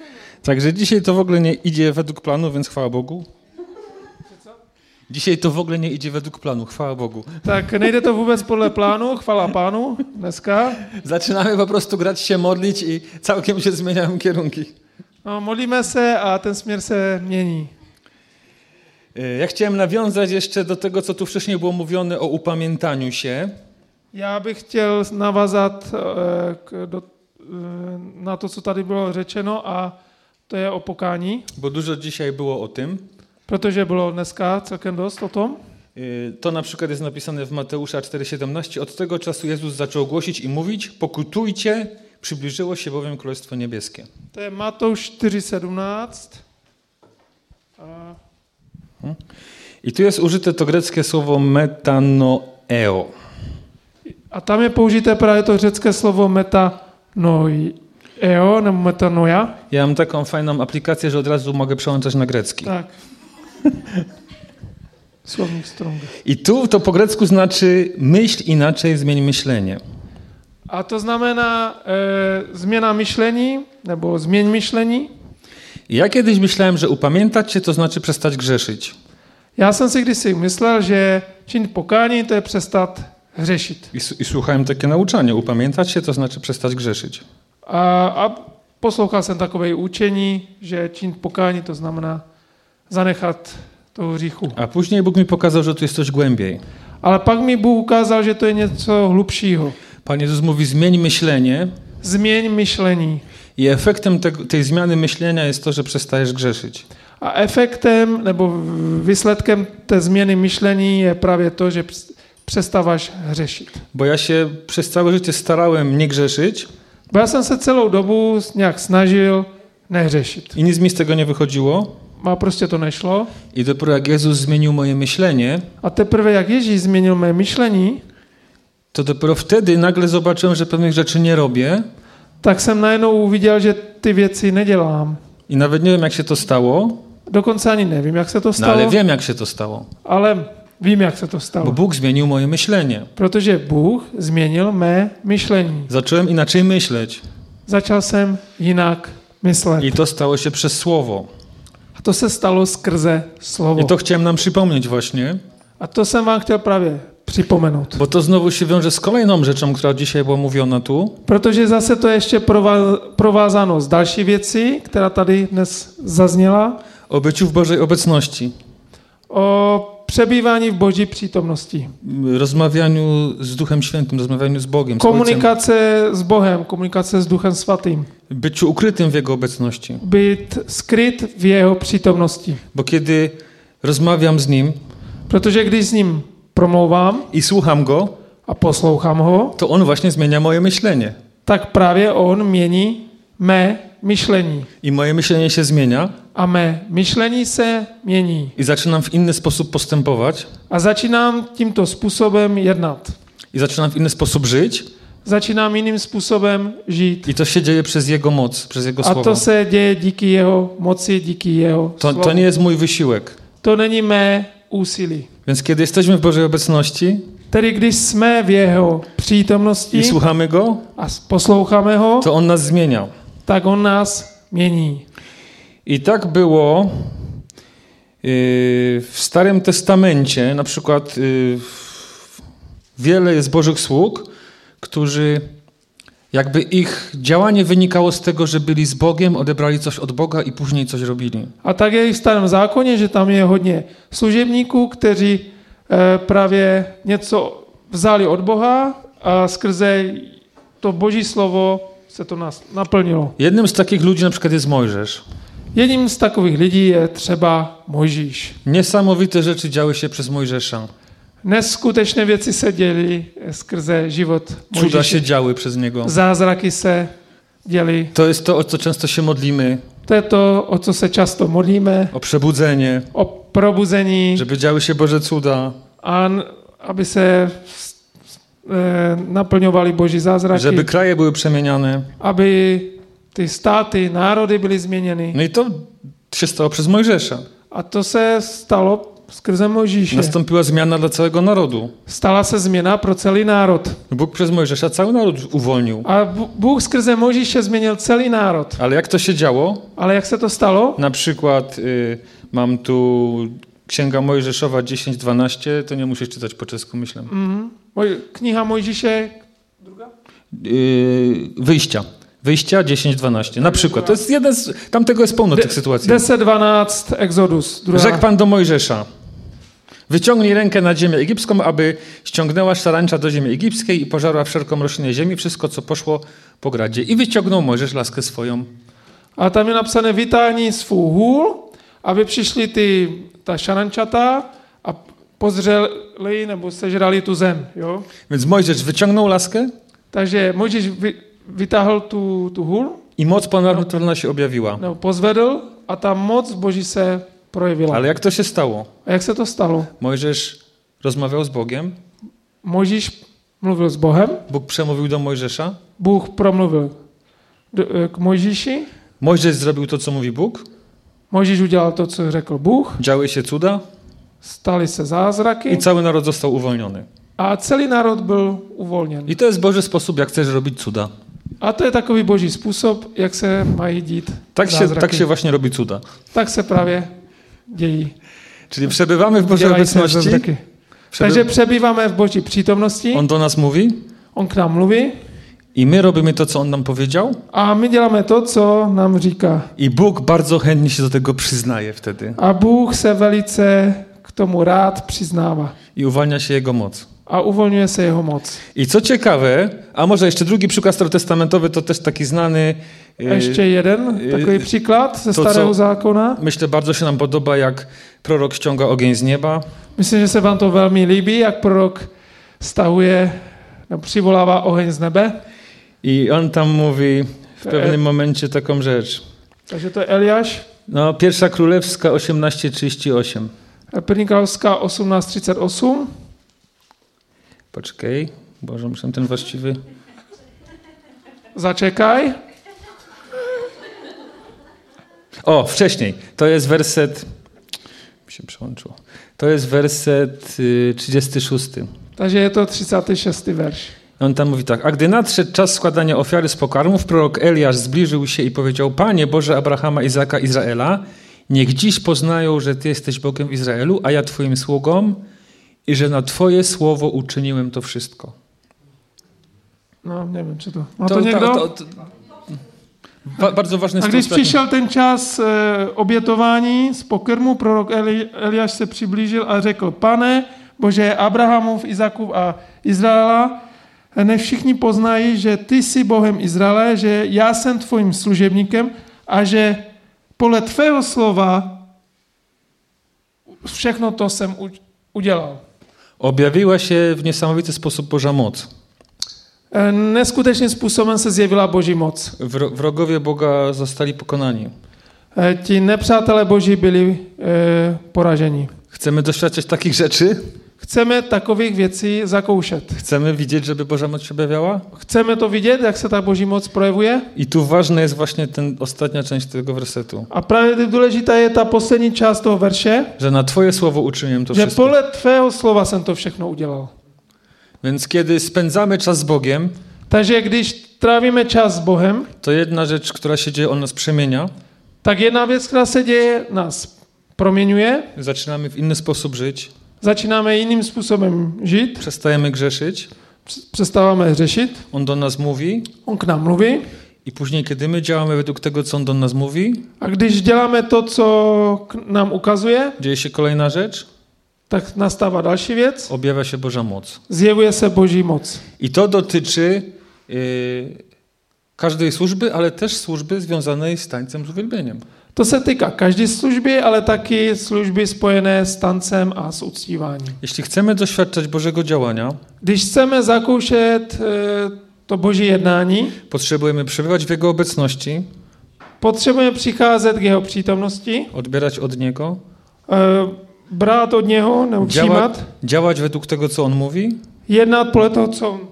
Także dzisiaj to w ogóle nie idzie według planu, więc chwała Bogu. Dzisiaj to w ogóle nie idzie według planu, chwała Bogu. Tak, nejde to vůbec podle plánu, chvala Pánu dneska. Zaczynamy po prostu grać się, modlić i całkiem się zmieniają kierunki. No, modlíme se a ten směr se mění. Ja chciałem nawiązać jeszcze do tego, co tu wcześniej było mówione o upamiętaniu się. Já bych chtěl navázat na to, co tady bylo řečeno, a to je o pokání. Bo dużo dzisiaj było o tym. Protože bylo dneska celkem dost o tom. To na przykład jest napisane w Mateusza 4,17. Od tego czasu Jezus zaczął głosić i mówić: pokutujcie, przybliżyło się bowiem Królestwo Niebieskie. To je Matouš 4,17. I tu jest użyte to greckie słowo metanoeo. A tam je použité právě to řecké slovo metanoeo, nebo metanoia. Ja mam taką fajną aplikację, że od razu mogę przełączać na grecki. Tak. Słownik Stronga. I tu to po grecku znaczy myśl inaczej, zmień myślenie. A to znamená změna myšlení, nebo změň myšlení. Ja kiedyś myślałem, że upamiętać się to znaczy przestać grzeszyć. Já jsem si kdysi myslel, že činit pokání to je přestat hřešit. I słuchałem takie nauczanie. Upamiętać się to znaczy przestać grzeszyć. A poslouchal jsem takové učení, že činit pokání to znamená zanechat toho hříchu. A później Bóg mi pokazał, że tu jest coś głębiej. Ale pak mi Bůh ukázal, že to je něco hlubšího. Pan Jezus mówi: zmień myślenie. Změň myšlení. I efektem tej zmiany myślenia jest to, że przestajesz grzeszyć. A efektem nebo výsledkem té změny myšlení je právě to, že přestáváš hřešit. Bo ja się przez całe życie starałem nie grzeszyć. Bo já jsem se celou dobu nějak snažil nehřešit. I nic mi z tego nie wychodziło. A prostě to nešlo. I dopiero jak Jezus zmienił moje myślenie, A teprve jak Ježíš změnil mé myšlení, to dopiero wtedy nagle zobaczyłem, że pewnych rzeczy nie robię. tak jsem najednou uviděl, že ty věci nedělám. I nawet nie wiem, jak się to stało. Dokonce ani nevím, jak se to No stalo, ale wiem, jak się to stało. ale vím, jak se to Bo stalo. Bóg zmienił moje myślenie. Protože Bůh změnil mé myšlení. Zacząłem inaczej myśleć. Začal jsem jinak myslet. I to stało się przez Słowo. A to se stalo skrze slovo. I to chciałem nam przypomnieć właśnie. A to jsem vám chtěl právě připomenout. Bo to znowu się wiąże z kolejną rzeczą, która dzisiaj była mówiona tu. Protože zase to je ještě provázáno s další věcí, která tady dnes zazněla. O byciu w Bożej obecności. O přebývání v Boží přítomnosti. Rozmawianiu z Duchem Świętym, rozmawianiu z Bogiem, z Komunikace s Bohem, komunikace s Duchem Svatým. byciu ukrytym w Jego obecności. Být skryt v jeho přítomnosti. Bo kiedy rozmawiam z Nim Protože když s ním promlouvám i słucham Go, a poslouchám ho, to On właśnie zmienia moje myślenie. tak právě on mění mé myšlení. I moje myślenie się zmienia A mé myšlení se mění. i zaczynam w inny sposób postępować A začínám tímto způsobem jednat. i zaczynam w inny sposób żyć Začínám jiným způsobem žít. i to się dzieje przez Jego moc, przez Jego A Słowo. to se děje díky jeho moci, díky jeho slovu. To nie jest mój wysiłek. To není mé úsilí. Więc kiedy jesteśmy w Bożej obecności Tedy když jsme v jeho přítomnosti i słuchamy Go, a posloucháme ho, to On nas zmienia. tak on nás mění. I tak było w Starym Testamencie, na przykład wiele jest Bożych sług, którzy jakby ich działanie wynikało z tego, że byli z Bogiem, odebrali coś od Boga i później coś robili. A tak je i v Starém zákoně, že tam je hodně služebníků, kteří právě něco vzali od Boha a skrze to Boží slovo se to nás naplnilo. Jednym z takich ludzi na przykład jest Mojżesz. Jedním z takových lidí je třeba Mojžíš. Niesamowite rzeczy działy się przez Mojżesza. Neskutečné věci se děly skrze život Cuda się Mojžíše. działy przez niego. Zázraky se děly. To jest to, o co często się modlimy. To je to, o co se často modlíme. O przebudzenie, O probuzení. żeby działy się Boże cuda, A aby se naplňovaly Boží zázraky. żeby kraje były przemieniane. Aby ty státy, národy byly změněny. No i to się stało przez Mojżesza. A to se stalo skrze Mojžíše. Nastąpiła zmiana dla całego narodu. Stala se změna pro celý národ. Bóg przez Mojżesza cały naród uwolnił. A Bůh skrze Mojžíše změnil celý národ. Ale jak to się działo? Ale jak se to stalo? Na przykład mam tu Księga Mojżeszowa 10:12, to nie musisz czytać po czesku, myślę. Kniha Mojžíše. Wyjścia 10:12. Na przykład. To jest jeden z... Tamtego jest pełno tych sytuacji. 10:12 Exodus. Rzekł Pan do Mojżesza: wyciągnij rękę nad ziemię egipską, aby ściągnęła szarańcza do ziemi egipskiej i pożarła wszelką roślinę ziemi, wszystko, co poszło po gradzie. I wyciągnął Mojżesz laskę swoją. A tam je napsané vytáhni svou hůl, aby přišli ta šarančata a pozřeli nebo sežrali tu zem. Jo? Więc Mojżesz wyciągnął laskę. Takže Mojžíš vytáhl tu hůl. I moc ponadnaturalna się objawiła. Nebo pozvedl a ta moc Boží se projevila. Ale jak to się stało? A jak se to stalo? Mojżesz rozmawiał z Bogiem. Mojžíš mluvil s Bohem. Bóg przemówił do Mojżesza. Bůh promluvil k Mojžíši. Mojżesz zrobił to, co mówi Bóg. Mojžíš udělal to, co řekl Bůh. Działy się cuda. Staly se zázraky. I cały naród został uwolniony. A celý národ byl uvolněn. I to jest Boży sposób, jak chcesz robić cuda. A to je takový boží způsob, jak se mají dít zázraky. Tak się właśnie robi cuda. Tak se právě dějí. Czyli przebywamy w Bożej obecności. Takže przebýváme v Boží přítomnosti. On do nas mówi. On k nám mluví. I my robimy to, co on nam powiedział. A my děláme to, co nám říká. I Bóg bardzo chętnie się do tego przyznaje wtedy. A Bůh se velice k tomu rád přiznává. I uwalnia się Jego moc. A uvolňuje se jeho moc. I co ciekawe, a może jeszcze drugi przykład starotestamentowy, to też taki znany. Ještě jeden takový příklad ze Starého zákona. Myślę, bardzo się nam podoba, jak prorok ściąga ogień z nieba. Myslím, že se vám to velmi líbí, jak prorok stahuje, přivolává oheň z nebe. I on tam mówi w pewnym momencie taką rzecz. Takže to je Eliáš. No, Pierwsza Królewska 18:38. První královská 18:38. Poczekaj, Boże, muszę ten właściwy. Zaczekaj. O, wcześniej. To jest werset. Mi się przełączyło. To jest werset 36. Takže je to 36. verš. On tam mówi tak. A gdy nadszedł czas składania ofiary z pokarmów, prorok Eliasz zbliżył się i powiedział: Panie Boże Abrahama, Izaka, Izraela, niech dziś poznają, że Ty jesteś Bogiem w Izraelu, a ja Twoim sługą, i że na Twoje słowo uczyniłem to wszystko. No, nie wiem, czy to... Ma to někdo? Bardzo ważne jest. A když přišel ten čas obětování z pokrmu, prorok Eliáš se přiblížil a řekl: Pane Bože Abrahamův, Izakův a Izraela, nech všichni poznají, že Ty jsi Bohem Izraele, že já jsem Tvojím služebníkem a že podle Tvého slova všechno to jsem udělal. Objawiła się w niesamowity sposób Boża moc. Neskutečným způsobem se zjevila Boží moc. Wrogowie Boga zostali pokonani. Ti nepřátelé Boží byli poraženi. Chcemy doświadczać takich rzeczy? Chceme takových věcí zakoušet. Chcemy widzieć, żeby Boża moc się objawiała? Chceme to vidět, jak se ta Boží moc projevuje? I tu ważna jest właśnie ostatnia część tego wersetu. A právě důležitá je ta poslední část toho verše, że na Twoje słowo uczyniłem to že wszystko. podle Tvého slova jsem to všechno udělal. Więc kiedy spędzamy czas z Bogiem, takže když trávíme čas s Bohem, to jedna rzecz, która się dzieje, on nas przemienia. Tak jedna věc, která se děje, nás proměňuje. Zaczynamy w inny sposób żyć. Začínáme jiným způsobem žít. Przestajemy grzeszyć. Přestáváme hřešit. On do nas mówi. On k nám mluví. I później, kiedy my działamy według tego, co on do nas mówi. A když děláme to, co nám ukazuje, dzieje się kolejna rzecz. Tak nastává další věc. Objawia się Boża moc. Zjevuje se Boží moc. I to dotyczy każdej służby, ale też służby związanej z tańcem, z uwielbieniem. To se týká každé služby, ale taky služby spojené s tancem a s uctíváním. Jeśli chcemy doświadczać Bożego działania, když chceme zakoušet to Boží jednání, potrzebujemy przebywać w Jego obecności, potřebujeme přicházet k Jeho přítomnosti, odbierać od Niego, brát od něho nebo přijímat, działać według tego, co on mówi, jednat podle toho, co on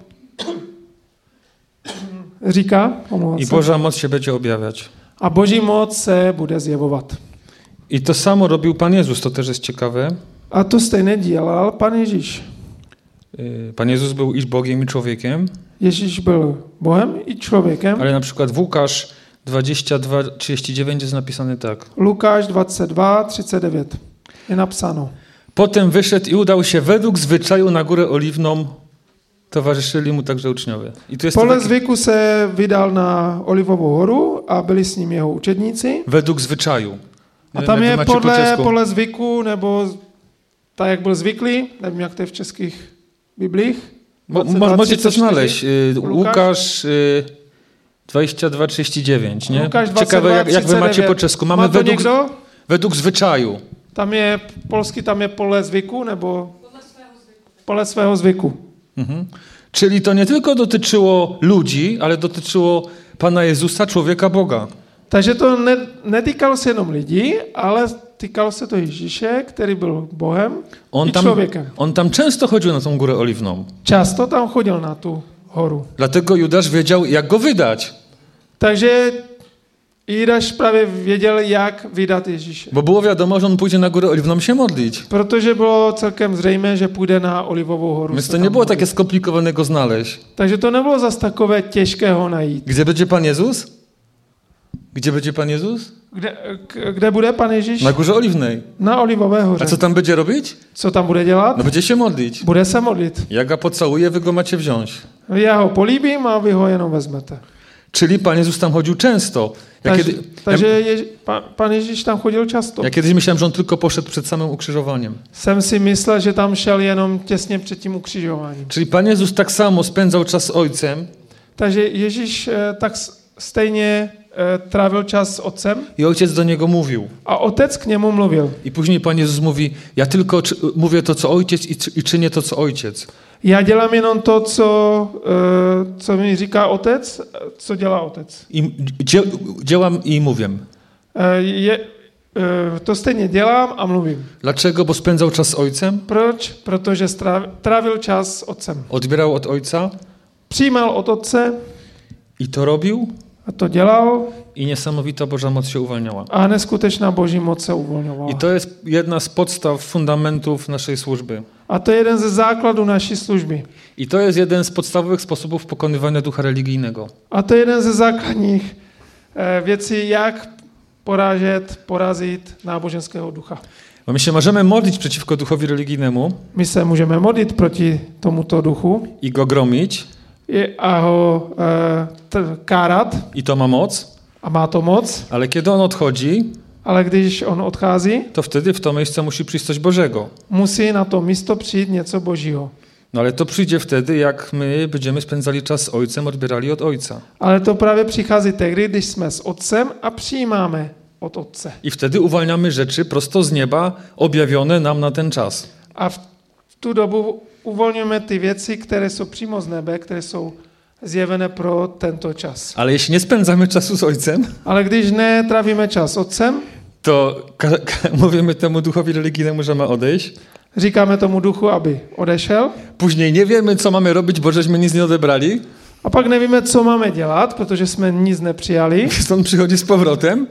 říká, i Boża moc się będzie objawiać. A Boží moc se bude zjevovat. I to samo robił Pan Jezus, to też jest ciekawe. A to stejně dělal Pan Ježíš. Pan Jezus był i Bogiem, i człowiekiem. Ježíš byl Bohem i člověkem. Ale na przykład w Łukasz 22:39 jest napisane tak. Lukáš 22:39 je napsáno. Potem wyszedł i udał się według zwyczaju na Górę Oliwną. Towarzyszyli mu także uczniowie. I tu jest Podle taki... zvyku se vydal na Olivovou horu a byli s ním jeho učedníci. Według zwyczaju. A tam je podle zvyku, nebo tak, jak byl zvyklý, nevím, jak to je v českých biblích. Możecie to znaleźć. Łukasz 22:39, nie? Ciekawe, jak wy macie po czesku. Mamy według zwyczaju. Tam je polsky, tam je podle zvyku, nebo podle svého zvyku. Mhm. Czyli to nie tylko dotyczyło ludzi, ale dotyczyło Pana Jezusa, człowieka Boga. Takže to netýkalo se jenom lidí, ale týkalo se to Ježíše, který byl Bohem i člověkem. On tam często chodził na tą Górę Oliwną. Často tam chodil na tu horu. Dlatego Judasz wiedział, jak go wydać. Takže Judasz prawie wiedział, jak vydat Ježíše. Bo było wiadomo, że on pójdzie na Górę Oliwną się modlić. Protože bylo celkem zřejmé, že půjde na Olivovou horu. Więc to nie było takie skomplikowane go znaleźć. Takže to nebylo zas takové těžké ho najít. Gdzie będzie Pan Jezus? Gdzie będzie Pan Jezus? Kde bude Pan Ježíš? Na Górze Oliwnej. Na Olivové hoře. A co tam będzie robić? Co tam bude dělat? No będzie się modlić. Bude se modlit. Jak go pocałuję, wy go macie wziąć. Já ho políbím a vy ho jenom vezmete. Czyli Pan Jezus tam chodził często. Takže Pan Ježíš tam chodil často. Ja kiedyś myślałem, że on tylko poszedł przed samym ukrzyżowaniem. Jsem si myslel, že tam šel jenom těsně před tím ukřižováním. Czyli Pan Jezus tak samo spędzał czas z Ojcem. Takže Ježíš tak stejně trávil czas z Otcem. I Ojciec do niego mówił. A Otec k němu mluvil. I później Pan Jezus mówi, ja tylko mówię to, co Ojciec i czynię to, co Ojciec. Já dělám jenom to, co mi říká Otec, co dělá Otec. Działam i mówię. To stejně dělám a mluvím. Dlaczego? Bo spędzał czas z Ojcem. Proč? Protože trávil čas s Otcem. Odbierał od Ojca. Přijímal od Otce. I to robił. A to dělal. I niesamowita Boża moc się uwalniała. A neskutečná Boží moc se uvolňovala. I to jest jedna z podstaw, fundamentów naszej służby. A to je jeden ze základů naší služby. I to jest jeden z podstawowych sposobów pokonywania ducha religijnego. A to je jeden ze základních věcí, jak porazit náboženského ducha. Bo my się możemy modlić przeciwko duchowi religijnemu. My se můžeme modlit proti tomuto duchu. I go gromić. A ho kárat. I to ma moc. A má to moc. Ale kiedy on odchodzi, ale když on odchází, to wtedy w to miejsce musi przyjść coś Bożego. Musí na to místo přijít něco Božího. No ale to przyjdzie wtedy, jak my będziemy spędzali czas z Ojcem, odbierali od Ojca. Ale to právě přichází tehdy, když jsme s Otcem a přijímáme od Otce. I wtedy uwalniamy rzeczy prosto z nieba, objawione nam na ten czas. A v tu dobu uvolňujeme ty věci, které jsou přímo z nebe, které jsou zjevené pro tento čas. Ale jeśli nie spędzamy czasu z Ojcem, ale když netrávíme čas s Otcem, to mówimy temu duchowi religijnemu, że ma odejść. Říkáme tomu duchu, aby odešel. Później nie wiemy, co mamy robić, bo żeśmy nic nie odebrali. A pak nevíme, co máme dělat, protože jsme nic nepřijali. Stąd przychodzi z powrotem.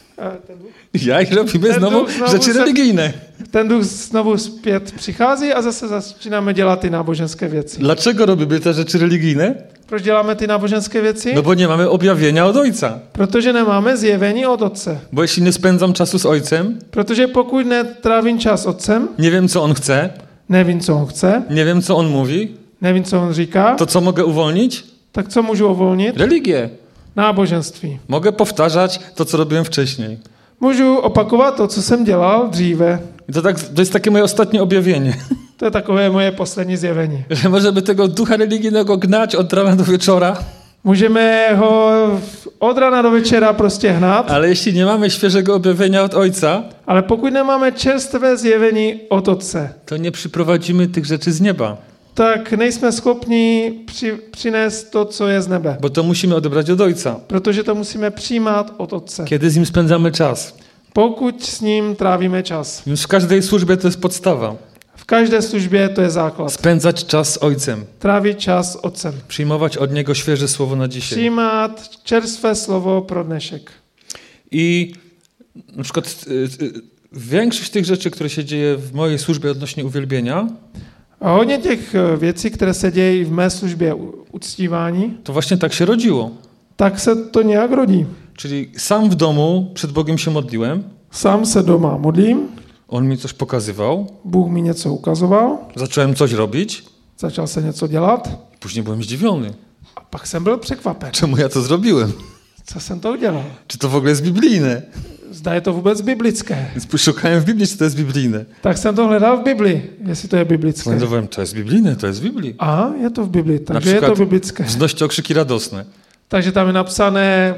Ja i robimy znowu rzeczy religijne. Ten duch znovu zpět přichází a zase začínáme dělat ty náboženské věci. Dlaczego robimy te rzeczy religijne? Proč děláme ty náboženské věci? No bo nie mamy objawienia od Ojca. Protože nemáme zjevení od Otce. Bo jeśli nie spędzam czasu z Ojcem, protože pokud netrávím čas s Otcem, nie wiem, co On chce, nevím, co on chce, nie wiem, co On mówi, nevím, co on říká, to co mogę uwolnić? Tak co můžu uvolnit? Religię. Náboženství. Mogę powtarzać to, co robiłem wcześniej. Můžu opakovat to, co jsem dělal dříve. To jest takie moje ostatnie objawienie. To je takové moje poslední zjevení. Że możemy tego ducha religijnego gnać od rana do wieczora. Můžeme ho od rana do večera prostě hnát. Ale jeśli nie mamy świeżego objawienia od Ojca, ale pokud nemáme čerstvé zjevení od Otce, to nie przyprowadzimy tych rzeczy z nieba. Tak nejsme schopni přinést to, co je z nebe. Bo to musimy odebrać od Ojca. Protože to musíme přijímat od Otce. Kiedy z Nim spędzamy czas. Pokud s ním trávíme čas. Więc w każdej służbie to jest podstawa. W każdej służbie to jest základ. Spędzać czas z Ojcem. Tráviť čas s Otcem. Przyjmować od Niego świeże słowo na dzisiaj. Přijímat čerstvé slovo pro dnešek. I na przykład większość tych rzeczy, które się dzieje w mojej służbie odnośnie uwielbienia, A hodně těch věcí, které se dějí v mé službě uctívání, to właśnie tak się rodziło. tak se to nějak rodí. Czyli sam w domu przed Bogiem się modliłem, Sám se doma modlím, On mi coś pokazywał, Bůh mi něco ukazoval, zacząłem coś robić, začal se něco dělat później byłem zdziwiony. a pak jsem byl překvapen. Czemu ja to zrobiłem? Co jsem to udělal? Czy to w ogóle jest biblijne? Zda je to vůbec biblické. Więc szukałem w Biblii, czy to jest biblijne. Tak jsem to hledal v Biblii, jestli to je biblické. Znajdowałem, to jest biblijne, to jest w Biblii. A, je to v Biblii, Na takže je to przykład biblické. wznoście okrzyki radosne. Takže tam je napsané,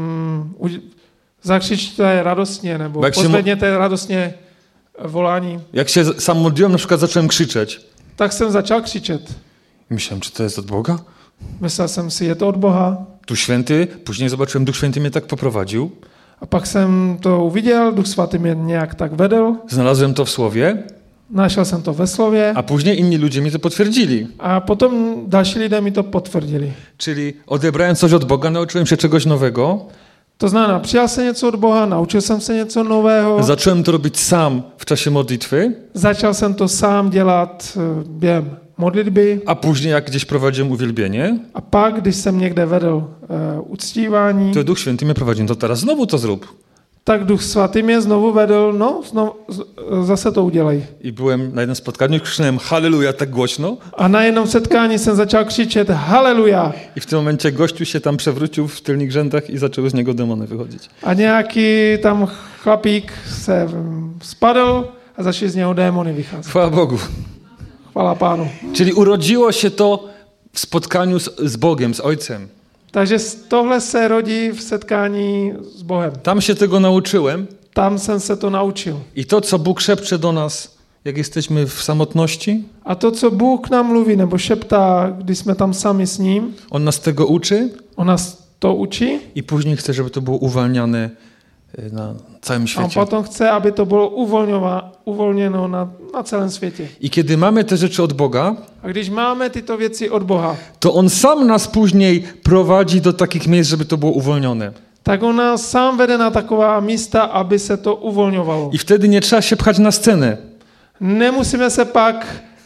zakřičte radostně, nebo Jak się pozvedněte radostně volání. Jak się sam modliłem, na przykład zacząłem krzyczeć. Tak jsem začal křičet. Myślałem, czy to jest od Boga? Myslel jsem si, je to od Boha. Duch Święty, później zobaczyłem, Duch Święty mnie tak poprowadził. A pak jsem to uviděl, Duch Svatý mě nějak tak vedl, Znalazłem to w Słowie, našel jsem to ve slově a później inni ludzie mi to potwierdzili. a potom další lidé mi to potvrdili. Czyli odebrałem coś od Boga, nauczyłem się czegoś nowego, To znamená, přijal jsem něco od Boha, naučil jsem se něco nového, zacząłem to robić sam w czasie modlitwy, začal jsem to sám dělat během modlitby a później jak gdzieś prowadziłem uwielbienie, a pak, když jsem někde vedl uctívání, to Duch Święty mnie prowadził. To teraz znowu to zrób. tak Duch Svatý mě znovu vedl, zase to udělej. I byłem na jednym spotkaniu, krzyczałem halleluja tak głośno A na jednom setkání jsem začal křičet haleluja. i w tym momencie gościu się tam przewrócił w tylnych rzędach i zaczęły z niego demony wychodzić. A nějaký tam chlapík se spadl a začali z něho démony vycházet. Chwała Bogu. Chvala Pánu. Czyli urodziło się to w spotkaniu z Bogiem, z Ojcem. Takže tohle se rodí v setkání s Bohem. Tam się tego nauczyłem Tam jsem se to naučil. i to, co Bóg szepcze do nas, jak jesteśmy w samotności, A to, co Bůh k nám mluví nebo šeptá, když jsme tam sami s ním, On nas tego uczy on nás to učí i później chce, żeby to było uwalniane na całym a on świecie. potom chce, aby to bylo uvolněno na celém světě. I kiedy mamy te rzeczy od Boga, A když máme tyto věci od Boha, to On sam nas później prowadzi do takich miejsc, żeby to było uwolnione. tak on nás sám vede na taková místa, aby se to uvolňovalo. I wtedy nie trzeba się pchać na scenę. Nemusíme se pak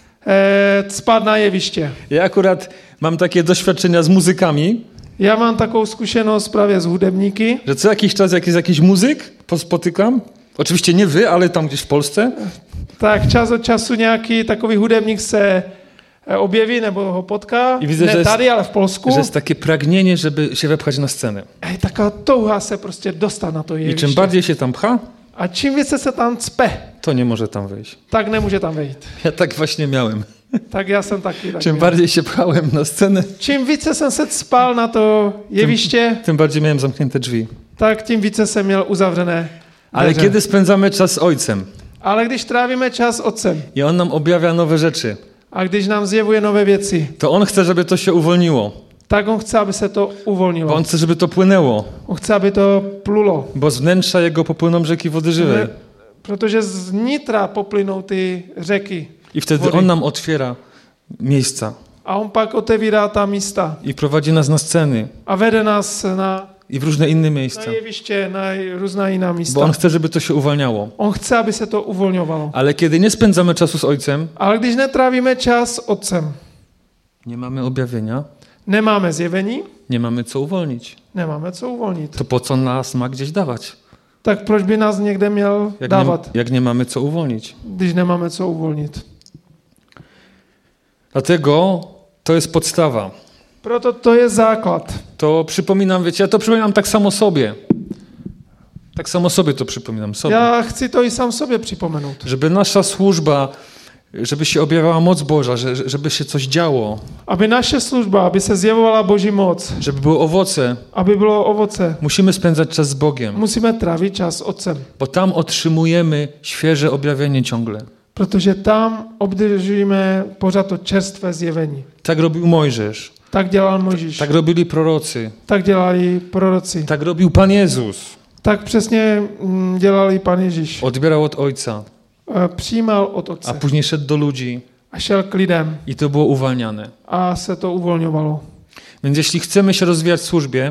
cpat na jeviště. Ja akurat mam takie doświadczenia z muzykami, Já mám takovou zkušenost právě z hudebníky, że co jakiś czas jak jest jakiś muzyk, spotykam, oczywiście nie wy, ale tam gdzieś w Polsce, tak čas od času nějaký takový hudebník se objeví nebo ho potká, I widzę, ne że jest- tady, ale v Polsku. że jest takie pragnienie, żeby się wepchać na scenę. A je taková touha se prostě dostat na to I jeviště. czym bardziej się tam pcha, A čím více se tam cpe, to nie może tam wejść. tak nemůže tam vejít. Ja tak właśnie miałem. Tak já jsem taky tak Czym měl. bardziej się pchałem na scenę, Čím více jsem se cpal na to jeviště, tym bardziej miałem zamknięte drzwi. tak tím více jsem měl uzavřené Ale dveře. kiedy spędzamy czas z Ojcem Ale když trávíme čas s Otcem i On nam objawia nowe rzeczy, a když nám zjevuje nové věci, to On chce, żeby to się uwolniło. tak on chce, aby se to Bo uvolnilo. On chce, żeby to płynęło. On chce, aby to plulo. Bo z wnętrza Jego popłyną rzeki wody żywej. Protože z nitra poplynou ty řeky. I wtedy Wody. On nam otwiera miejsca A on pak otevírá ta místa i prowadzi nas na sceny a vede nás na i w różne inne miejsca. jeviště, na různá jiná Bo místa. On chce, żeby to się uwalniało. On chce, aby se to uvolňovalo. Ale kiedy nie spędzamy czasu z Ojcem, Ale když netrávíme čas s Otcem, nie mamy objawienia, nemáme zjevení, nie mamy co uwolnić. nemáme co uvolnit. To po co nas ma gdzieś dawać? Tak proč by nás někde měl dávat, Jak nie mamy co uwolnić? když nemáme co uvolnit? Dlatego to jest podstawa. Proto to je základ. To przypominam, wiecie, ja to przypominam tak samo sobie. Tak samo sobie to przypominam sobie. Já chci to i sám sobě připomenout. Żeby nasza służba, żeby się objawiała moc Boża, żeby się coś działo, Aby naše služba, aby se zjevovala Boží moc, żeby były owoce, aby bylo ovoce, musimy spędzać czas z Bogiem, musíme trávit čas s Otcem. bo tam otrzymujemy świeże objawienie ciągle. Protože tam obdržíme pořád to čerstvé zjevení. Tak robił Mojżesz, Tak dělal Mojžíš, tak robili prorocy, tak dělali proroci, tak robił Pan Jezus. tak přesně dělali Pan Ježíš. Odbierał od Ojca, Přijímal od a Otce później szedł do ludzi a šel k lidem i to było uwalniane. a se to uvolňovalo. Więc jeśli chcemy się rozwijać w służbie,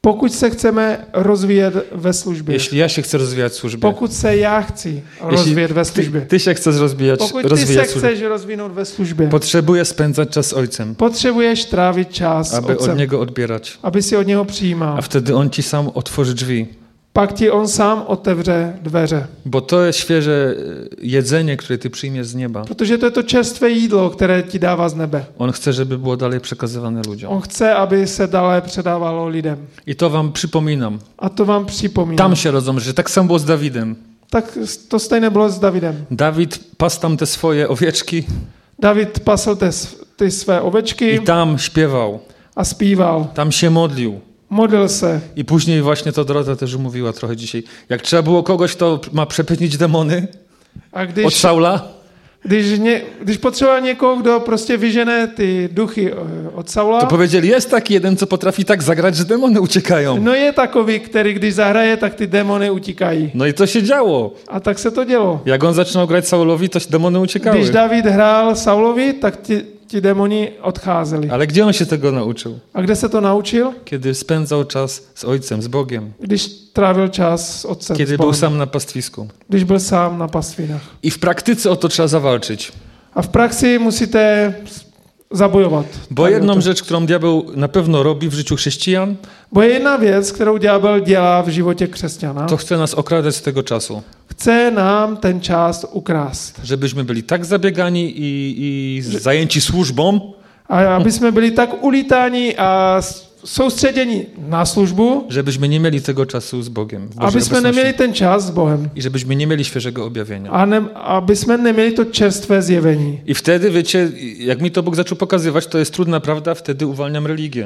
Pokud se chceme rozvíjet ve službě, jeśli ja się chcę rozwijać w służbie, pokud se já chci rozvíjet ve službě, ty się chcesz pokud ty se rozwijać w służbie, chceš rozvinout ve službě, potrzebuję spędzać czas z Ojcem, potřebuješ trávit čas s aby od Otcem, Niego odbierać. aby si od něho přijímal. A wtedy On ci sam otworzy drzwi. Pak ti on sám otevře dveře. Bo to jest świeże jedzenie, które ty przyjmiesz z nieba. Protože to je to čerstvé jídlo, které ti dává z nebe. On chce, żeby było dalej przekazywane ludziom. On chce, aby se dále předávalo lidem. I to wam przypominam. A to vám připomínám. Tam się rodzą, że tak samo było z Dawidem. Tak to stejné bylo s Davidem. Dawid pasł tam te swoje owieczki David pasl ty své ovečky i tam śpiewał, a zpíval. tam się modlił. Modlil se. I później właśnie to Dorota też mówiła trochę dzisiaj. Jak trzeba było kogoś, kto ma przepędzić demony A od Saula, když potřeboval někoho, kdo prostě vyžene ty duchy od Saula, to powiedzieli, jest taki jeden, co potrafi tak zagrać, że demony uciekają. no je takový, který když zahraje, tak ty démony utíkají. No i to się działo. A tak se to dělo. Jak on zaczynał grać Saulowi, to demony uciekały. Když David hrál Saulovi, tak ti démoni odcházeli. Ale gdzie on się tego nauczył? A kde se to naučil? Kiedy spędzał czas z Ojcem, z Bogiem. Když trávil čas s Otcem. Kiedy s był Bohem. sam na pastwisku. Když byl sám na pastvinách. I w praktyce o to trzeba zawalczyć. A v praxi musíte zabojovat. Bo jedną rzecz, którą diabeł na pewno robi w życiu chrześcijan, Bo je jedna věc, kterou ďábel dělá v životě křesťana. to chce nas okradać z tego czasu. Chce nám ten čas ukrást. Żebyśmy byli tak zabiegani i zajęci służbą, A aby jsme byli tak ulítáni a soustředěni na službu, żebyśmy nie mieli tego czasu z Bogiem. w Bożej aby jsme obecności. neměli ten čas s Bohem. I żebyśmy nie mieli świeżego objawienia. A aby jsme neměli to čerstvé zjevení. I wtedy, wiecie, jak mi to Bóg zaczął pokazywać, to jest trudna prawda, wtedy uwalniam religię.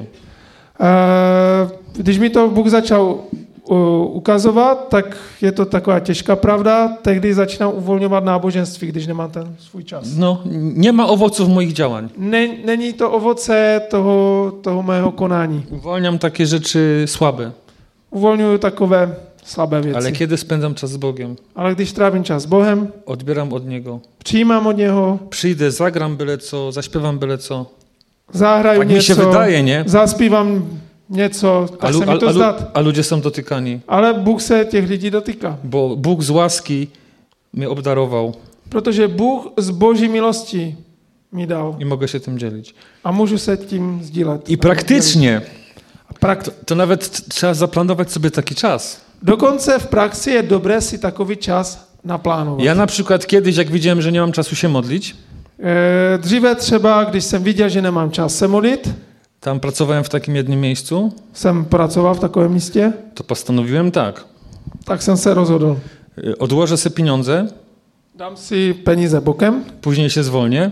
Když mi to Bůh začal ukazovat, tak je to taková těžká pravda, tehdy začínám uvolňovat náboženství, když nemám ten svůj čas. No, nie ma owoców moich działań. Není to ovoce toho mého konání. Uwalniam takie rzeczy słabe. Uvolňuju takové slabé věci. Ale kiedy spędzam czas z Bogiem, Ale když trávím čas s Bohem, odbieram od Niego, přijímám od něho, przyjdę, zagram byle co, zaśpiewam byle co. zahraju Tak mi się něco, wydaje, nie? zaspívám něco, tak se mi to zdát. A ludzie są dotykani. Ale Bůh se těch lidí dotýká. Bo Bóg z łaski mnie obdarował Protože Bůh z boží milosti mi dal. i mogę się tym dzielić. A můžu se tím sdílet. I praktycznie, A to nawet trzeba zaplanować sobie taki czas. dokonce v praxi je dobré si takový čas naplánovat. Ja na przykład kiedyś, jak widziałem, że nie mam czasu się modlić, Dříve třeba, když jsem viděl, že nemám čas se modlit, tam pracowałem w takim jednym miejscu, jsem pracoval v takovém místě, to postanowiłem tak. tak jsem se rozhodl. Odłożę sobie pieniądze, Dám si peníze bokem, później się zwolnię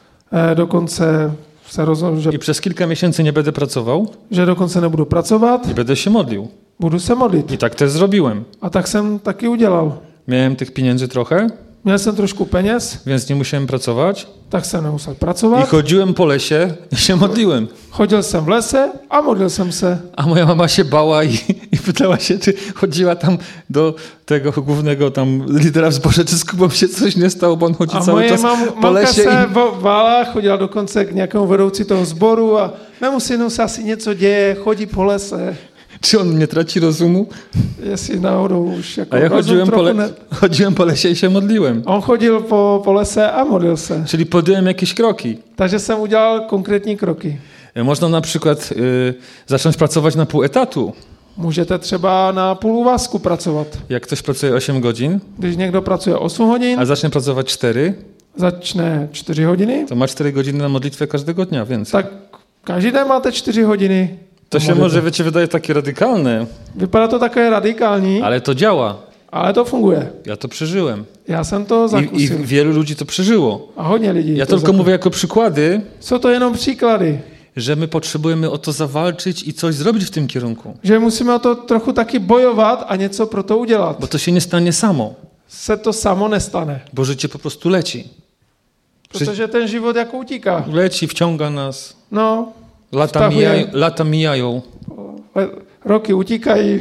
dokonce se rozhodl, i przez kilka miesięcy nie będę pracował že dokonce nebudu pracovat, i będę się modlił. budu se modlit. I tak też zrobiłem. A tak jsem taky udělal. Miałem tych pieniędzy trochę, Měl jsem trošku peněz, więc nie musiałem pracować tak jsem nemusel i pracovat. chodziłem po lesie i się modliłem. Chodil jsem v lese a modlil jsem se. A moja mama się bała i pytała się, czy chodziła tam do tego głównego tam lidera w zborze, czy z Kubą się coś nie stało, bo on chodzi A cały moje czas po mamka lesie se bála, chodila dokonce k nějakému vedoucí toho sboru a mému synu se asi něco děje, chodí po lese, czy on nie traci rozumu? jestli náhodou už jako A ja rozum trochu chodziłem po lesie i się modliłem. On chodil po lese a modlil se. Czyli podjąłem jakieś kroki. Takže jsem udělal konkrétní kroky. Można na przykład zacząć pracować na pół etatu. Můžete třeba na půl úvazku pracovat. Jak ktoś pracuje 8 godzin, Když někdo pracuje 8 hodin, a zacznie pracować 4, začne 4 hodiny, to ma 4 godziny na modlitwę każdego dnia, więc tak každý den máte 4 hodiny. to się może, wiecie, wydaje takie radykalne, Vypadá to také radikální, ale to działa. ale to funguje. Ja to przeżyłem. Já jsem to I zakusil. wielu ludzi to przeżyło. A hodně lidí. Ja to tylko mówię jako przykłady, Jsou to jenom příklady, że my potrzebujemy o to zawalczyć i coś zrobić w tym kierunku. že musíme o to trochu taky bojovat a něco pro to udělat. Bo to się nie stanie samo, Se to samo nestane. bo życie po prostu leci. Protože ten život jako utíká. Leci, wciąga nas. No, Lata mijają. roky utíkají.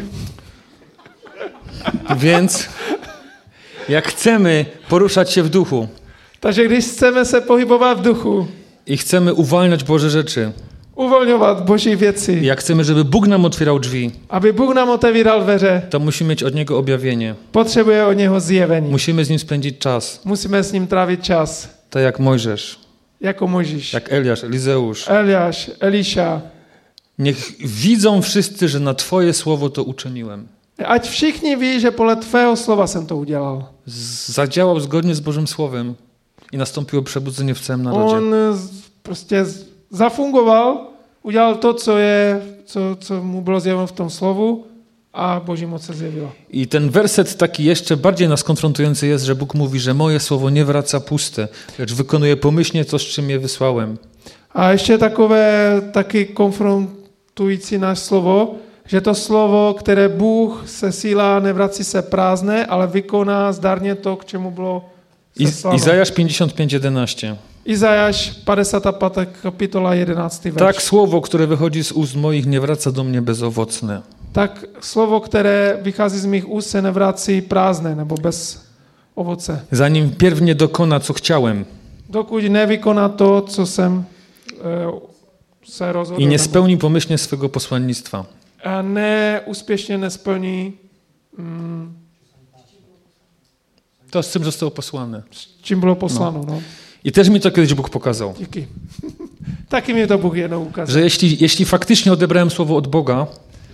Więc jak chcemy poruszać się w duchu Takže když chceme se pohybovat v duchu i chcemy uwalniać Boże rzeczy, uvolňovat boží věci. Jak chcemy, żeby Bóg nam otwierał drzwi, Aby Bůh nám otevíral dveře, to musimy mieć od Niego objawienie. potřebuje od něho zjevení. Musimy z Nim spędzić czas. Musíme s ním trávit čas. Tak jak Mojżesz, Jako Mojžíš, jak Eliasz, Elizeusz. Eliáš, Eliša. Niech widzą wszyscy, że na Twoje słowo to uczyniłem. Ať všichni ví, že podle tvého slova jsem to udělal. Zadziałał zgodnie z Bożym Słowem i nastąpiło przebudzenie w całym narodzie. On prostě zafungoval, udělal to, co mu bylo zjeveno v tom slovu a boží moc se zjevila. I ten werset taki jeszcze bardziej nas konfrontujący jest, że Bóg mówi, że moje słowo nie wraca puste, lecz wykonuje pomyślnie to, z czym je wysłałem. A ještě takové taky konfrontující náš slovo, že to slovo, které Bůh sesílá, nevrací se prázdné, ale vykoná zdárně to, k čemu bylo sesláno. Izajasz 55:11. Izajáš 55. kapitola 11. verš. Tak słowo, które wychodzi z ust moich, nie wraca do mnie bezowocne. Tak slovo, které vychází z mých úst, se nevrací prázdné nebo bez ovoce. Zanim pierw nie dokona, co chciałem Dokud nevykoná to, co jsem se rozhodl. i nie spełni pomyślnie swego posłannictwa. A neúspěšně nesplní To, z czym został posłany. s čím bylo posláno. No. I też mi to kiedyś Bóg pokazał, Díky. Taky mi to Bůh jednou ukázal. że jeśli faktycznie odebrałem słowo od Boga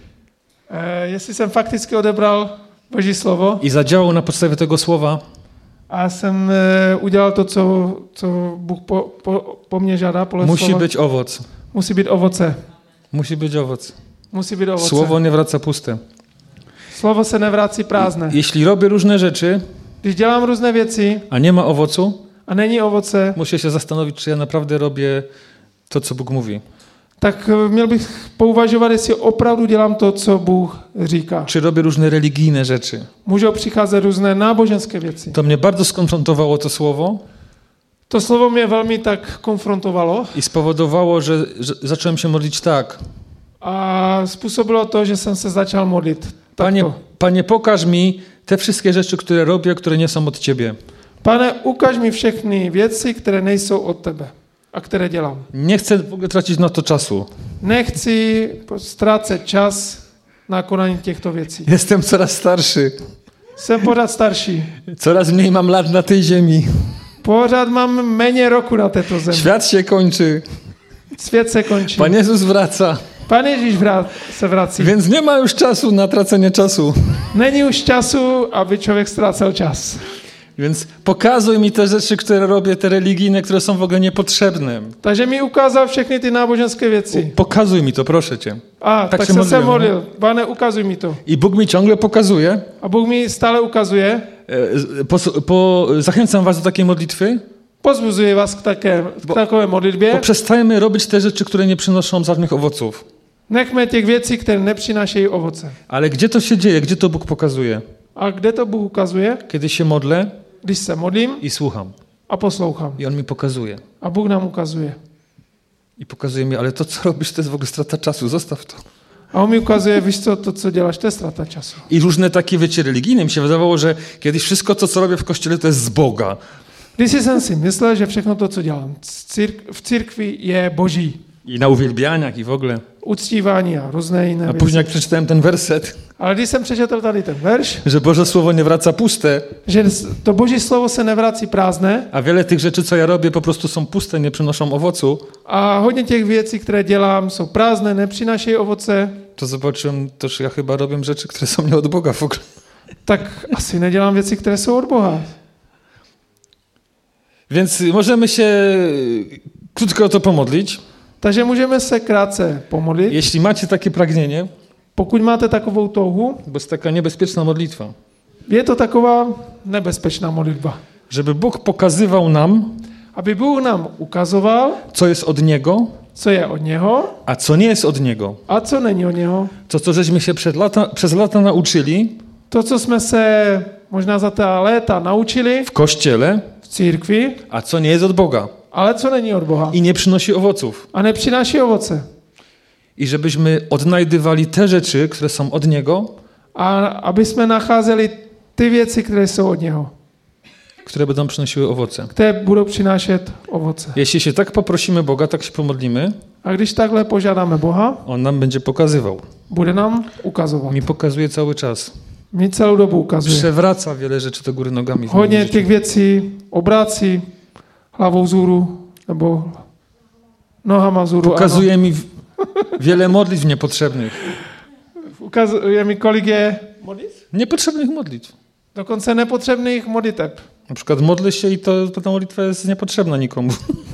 Jestli jsem fakticky odebral Boží slovo i zadziałał na podstawie tego słowa, a jsem udělal to, co Bůh po mně žádá, podle musi slova, być owoc. musí být ovoce. Musi być owoc. Musí být ovoce. Słowo nie wraca puste. Slovo se nevrací prázdné. Jeśli robię różne rzeczy, Když dělám různé věci a nie ma owocu, a není ovoce, muszę się zastanowić, czy ja naprawdę robię to, co Bóg mówi. tak měl bych pouvažovat, jestli opravdu dělám to, co Bůh říká. Czy robię różne religijne rzeczy. Můžou přicházet různé náboženské věci. To mnie bardzo skonfrontowało to słowo To slovo mě velmi tak konfrontovalo i spowodowało, że zacząłem się modlić tak. a způsobilo to, že jsem se začal modlit. Panie, pokaż mi te wszystkie rzeczy, które robię, które nie są od Ciebie. Pane, ukaž mi všechny věci, které nejsou od tebe a které dělám. Nie chcę w ogóle tracić na to czasu. Nechci ztrácet čas na konání těchto věcí. Jestem coraz starszy. Jsem pořád starší. Coraz mniej mam lat na tej ziemi. Pořád mám méně roku na této zemi. Świat się kończy. Svět se končí. Pan Jezus wraca. Pan Ježíš se vrací. Więc nie ma już czasu na tracenie czasu. Není už času, aby člověk ztrácel čas. Więc pokazuj mi te rzeczy, które robię, te religijne, które są w ogóle niepotrzebne. Takže mi ukázal všechny ty náboženské věci. Pokazuj mi to, proszę Cię. Tak jsem se modlil. Pane, ukazuj mi to. I Bóg mi ciągle pokazuje. A Bůh mi stále ukazuje. Zachęcam was do takiej modlitwy. Pozbuzuję was k takové modlitbě. Poprzestajmy robić te rzeczy, które nie przynoszą żadnych owoców. Nechme těch věcí, které nepřinášejí ovoce. Ale gdzie to się dzieje? Gdzie to Bóg pokazuje? A kde to Bůh ukazuje? Kiedy się modlę Když se modlím i słucham. a poslouchám. I On mi pokazuje. A Bůh nám ukazuje. I pokazuje mi, ale to, co robisz, to jest w ogóle strata czasu. Zostaw to. A on mi ukazuje, víš co, to, co děláš, to je strata času. I różne takie, wiecie, religijne. Mi się wydawało, że kiedyś wszystko to, co robię w kościele, to jest z Boga. Když jsem si myslel, že všechno to, co dělám v církvi, je boží. I na uwielbianiach i w ogóle. Uctívání a různé jiné A później jak przeczytałem ten werset, Ale když jsem přečetl tady ten verš, że Boże Słowo nie wraca puste, že to boží slovo se nevrací prázdné a wiele tych rzeczy, co ja robię, po prostu są puste, nie przynoszą owocu, a hodně těch věcí, které dělám, jsou prázdné, nepřinášejí ovoce, to zobaczyłem, że ja chyba robię rzeczy, które są nie od Boga w ogóle. tak asi nedělám věci, které jsou od Boha. Więc możemy się krótko o to pomodlić. Takže můžeme se krátce pomodlit. Jeśli macie takie pragnienie, Pokud máte takovou touhu, bo jest taka niebezpieczna modlitwa, je to taková nebezpečná modlitba. żeby Bóg pokazywał nam, Aby Bůh nám ukazoval, co jest od Niego, co je od něho a co nie jest od Niego. a co není od něho. To, co żeśmy się przez lata nauczyli To, co jsme se možná za ta léta naučili w Kościele, v církvi, a co nie jest od Boga ale co není od Boha. i nie przynosi owoców. A nepřináší ovoce. I żebyśmy odnajdywali te rzeczy, które są od Niego, A aby jsme nacházeli ty věci, které jsou od něho. które będą przynosiły owoce. které budou přinášet ovoce. Jeśli się tak poprosimy Boga, tak się pomodlimy, A když takhle požádáme Boha, On nam będzie pokazywał. bude nám ukazovat. Mi pokazuje cały czas. Mi celou dobu ukazuje. Przewraca wiele rzeczy do góry nogami. w moim Hodně życiu. těch věcí obrácí hlavou vzhůru, nebo nohama vzhůru. Pokazuje mi wiele modlitw niepotrzebnych. Ukazuje mi, kolik je modlitv? Niepotrzebnych modlitw. Dokonce nepotřebných modliteb. Na przykład modlę się i to ta modlitwa jest niepotrzebna nikomu.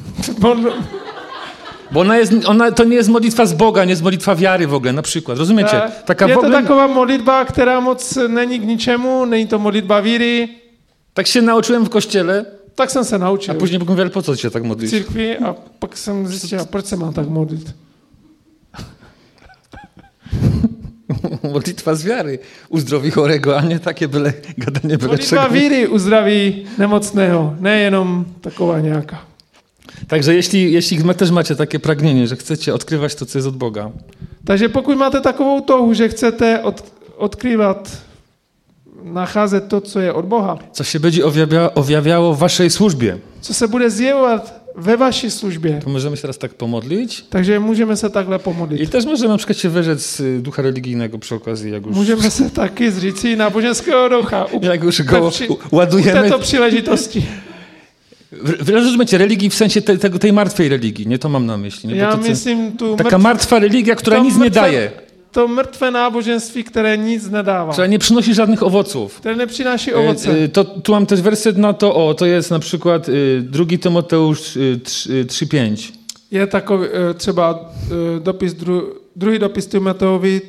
Bo to nie jest modlitwa z Boga, nie jest modlitwa wiary w ogóle, na przykład. Rozumiecie? Taka je w to ogóle, taková modlitba, která moc není k ničemu, není to modlitba víry. tak się nauczyłem w kościele, Tak jsem se a naučil później Bóg mówi, po co się tak v modlić? církvi a pak jsem zjistil, proč se mám tak modlit. Modlitwa z wiary uzdrowi chorego, a nie takie byle gadanie byle Modlitba czego. víry uzdraví nemocného, nejenom taková nějaká. Także jeśli też macie takie pragnienie, że chcecie odkrywać to, co jest od Boga, Takže pokud máte takovou touhu, že chcete odkrývat, nacházet to, co je od Boha, co się będzie objawiało w waszej służbie, co se bude zjevovat ve vaší službě, to możemy się teraz tak pomodlić. takže můžeme se takhle pomodlit. I też możemy na przykład się wyrzec z ducha religijnego przy okazji, jak już, Můžeme se taky zříci náboženského ducha jak już go u ładujemy. této příležitosti. Rozumiecie, religii w sensie tej martwej religii, nie to mam na myśli. Nie? Bo Já to, myslím taka martwa religia, która nic nie daje, to mrtvé náboženství, které nic nedává, która nie przynosi żadnych owoców. které nepřináší ovoce. Tu mam też werset na to, to jest na przykład 2 Tymoteusz 3:5. Je takový třeba druhý dopis Timoteovi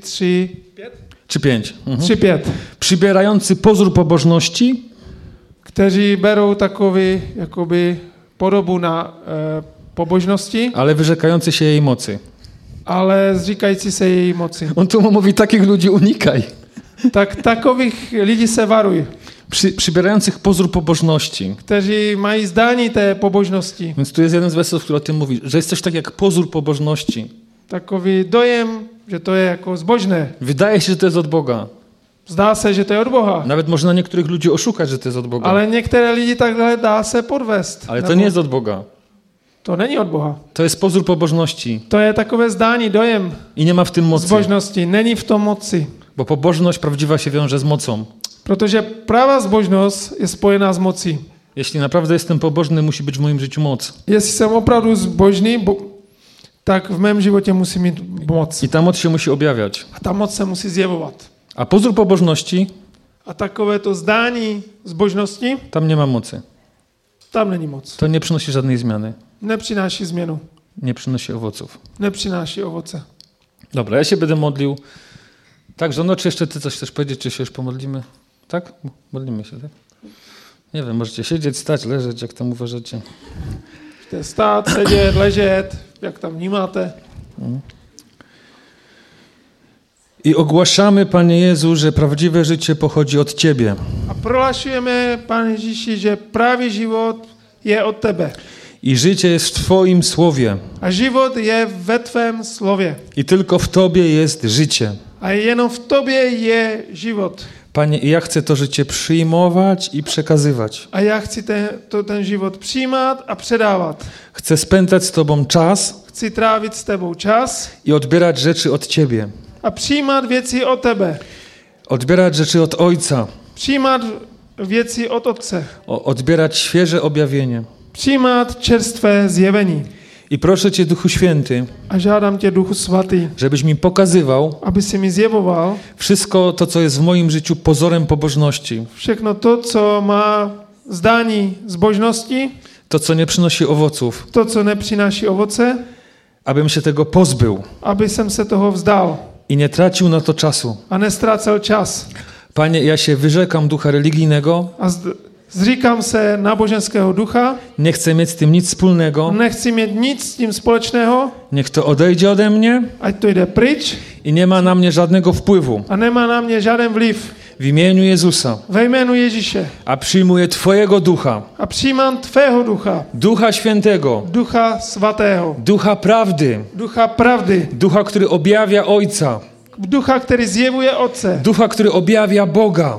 3:5. 3:5, Przybierający pozór pobożności, kteří berou takový jakoby podobu na pobožnosti, ale wyrzekający się jej mocy. ale zříkající se její moci. On tu mówi, takich ludzi unikaj. Tak takových lidí se varuj, Przybierających pozór pobożności. kteří mají zdání té pobožnosti. Więc tu jest jeden z wersetów, który o tym mówi, że jest coś tak jak pozór pobożności. Takový dojem, že to je jako zbožné. Wydaje się, że to jest od Boga. Zdá se, že to je od Boha. Nawet można niektórych ludzi oszukać, że to jest od Boga. Ale některé lidi takhle dá se podvést. Ale to Nebo nie jest od Boga. to není od Boha. To jest pozór pobożności. To je takové zdání, dojem I nie ma w tym mocy. zbožnosti. Není v tom moci. Bo pobożność prawdziwa się wiąże z mocą. Protože pravá zbožnost je spojená s mocí. Jeśli naprawdę jestem pobożny, musi być w moim życiu moc. Jestli jsem opravdu zbožný, tak v mém životě musí mít moc. I ta moc się musi objawiać. A ta moc se musí zjevovat. A pozór pobożności, A takové to zdání zbožnosti, tam nie ma mocy. tam není moc. To nie przynosi żadnej zmiany. Nepřináší změnu. Nie przynosi owoców. Nepřináší ovoce. Dobra, ja się będę modlił. Tak, żono, czy jeszcze ty coś chcesz powiedzieć, czy się już pomodlimy? Tak? Modlimy się, tak? Nie wiem, możecie siedzieć, stać, leżeć, jak tam uważacie. Můžete stát, sedět, ležet, jak tam vnímáte. I ogłaszamy, Panie Jezu, że prawdziwe życie pochodzi od Ciebie. A prohlašujeme, Pane Ježíši, že pravý život je od tebe. I życie jest w Twoim Słowie. A život je ve tvém slově. I tylko w Tobie jest życie. A jenom v tobě je život. Panie, i ja chcę to życie przyjmować i przekazywać. A já chci ten život přijímat a předávat. Chcę spędzać z Tobą czas Chci trávit s tebou čas i odbierać rzeczy od Ciebie. a přijímat věci od tebe. Odbierać rzeczy od Ojca. Přijímat věci od Otce. Odbierać świeże objawienie. Přijímat čerstvé zjevení. I proszę Cię, Duchu Święty, A žádám tě, Duchu Svatý, żebyś mi pokazywał aby si mi zjevoval wszystko to, co jest w moim życiu pozorem pobożności. všechno to, co má zdání zbožnosti, To, co nie przynosi owoców. to, co nepřináší ovoce, Abym się tego pozbył aby jsem se toho vzdal i nie tracił na to czasu. a nestrácel čas. Panie, ja się wyrzekam ducha religijnego. A zříkám se náboženského ducha, Nie chcę mieć z tym nic wspólnego. nechci mít nic s tím společného, Niech to odejdzie ode mnie ať to jde pryč i nie ma na mnie żadnego wpływu. a nemá na mě žádný vliv. W imieniu Jezusa. Ve jménu Ježíše. A przyjmuję Twojego ducha. A přijímám tvého ducha, Ducha Świętego. ducha svatého, Ducha prawdy. ducha pravdy, Ducha, który objawia Ojca. ducha, který zjevuje Otce, Ducha, który objawia Boga.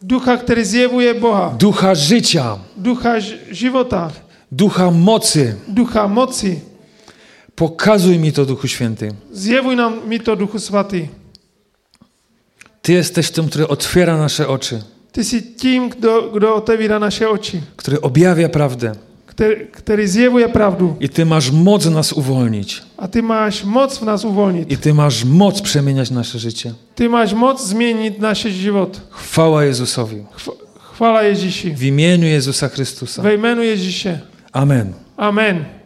Ducha, který zjevuje Boha. ducha życia, Ducha života. ducha mocy. Ducha moci. Pokazuj mi to, Duchu Święty. Zjevuj nám mi to, Duchu Svatý. Ty jesteś tym, który otwiera nasze oczy, Ty jsi tím, kdo otevírá naše oči. który objawia prawdę. Který zjevuje pravdu. I Ty masz moc nas uwolnić. A ty máš moc v nás uvolnit. I Ty masz moc przemieniać nasze życie. Ty máš moc změnit náš život. Chwała Jezusowi. Chvála Ježíši. W imieniu Jezusa Chrystusa. Ve jménu Ježíše. Amen. Amen.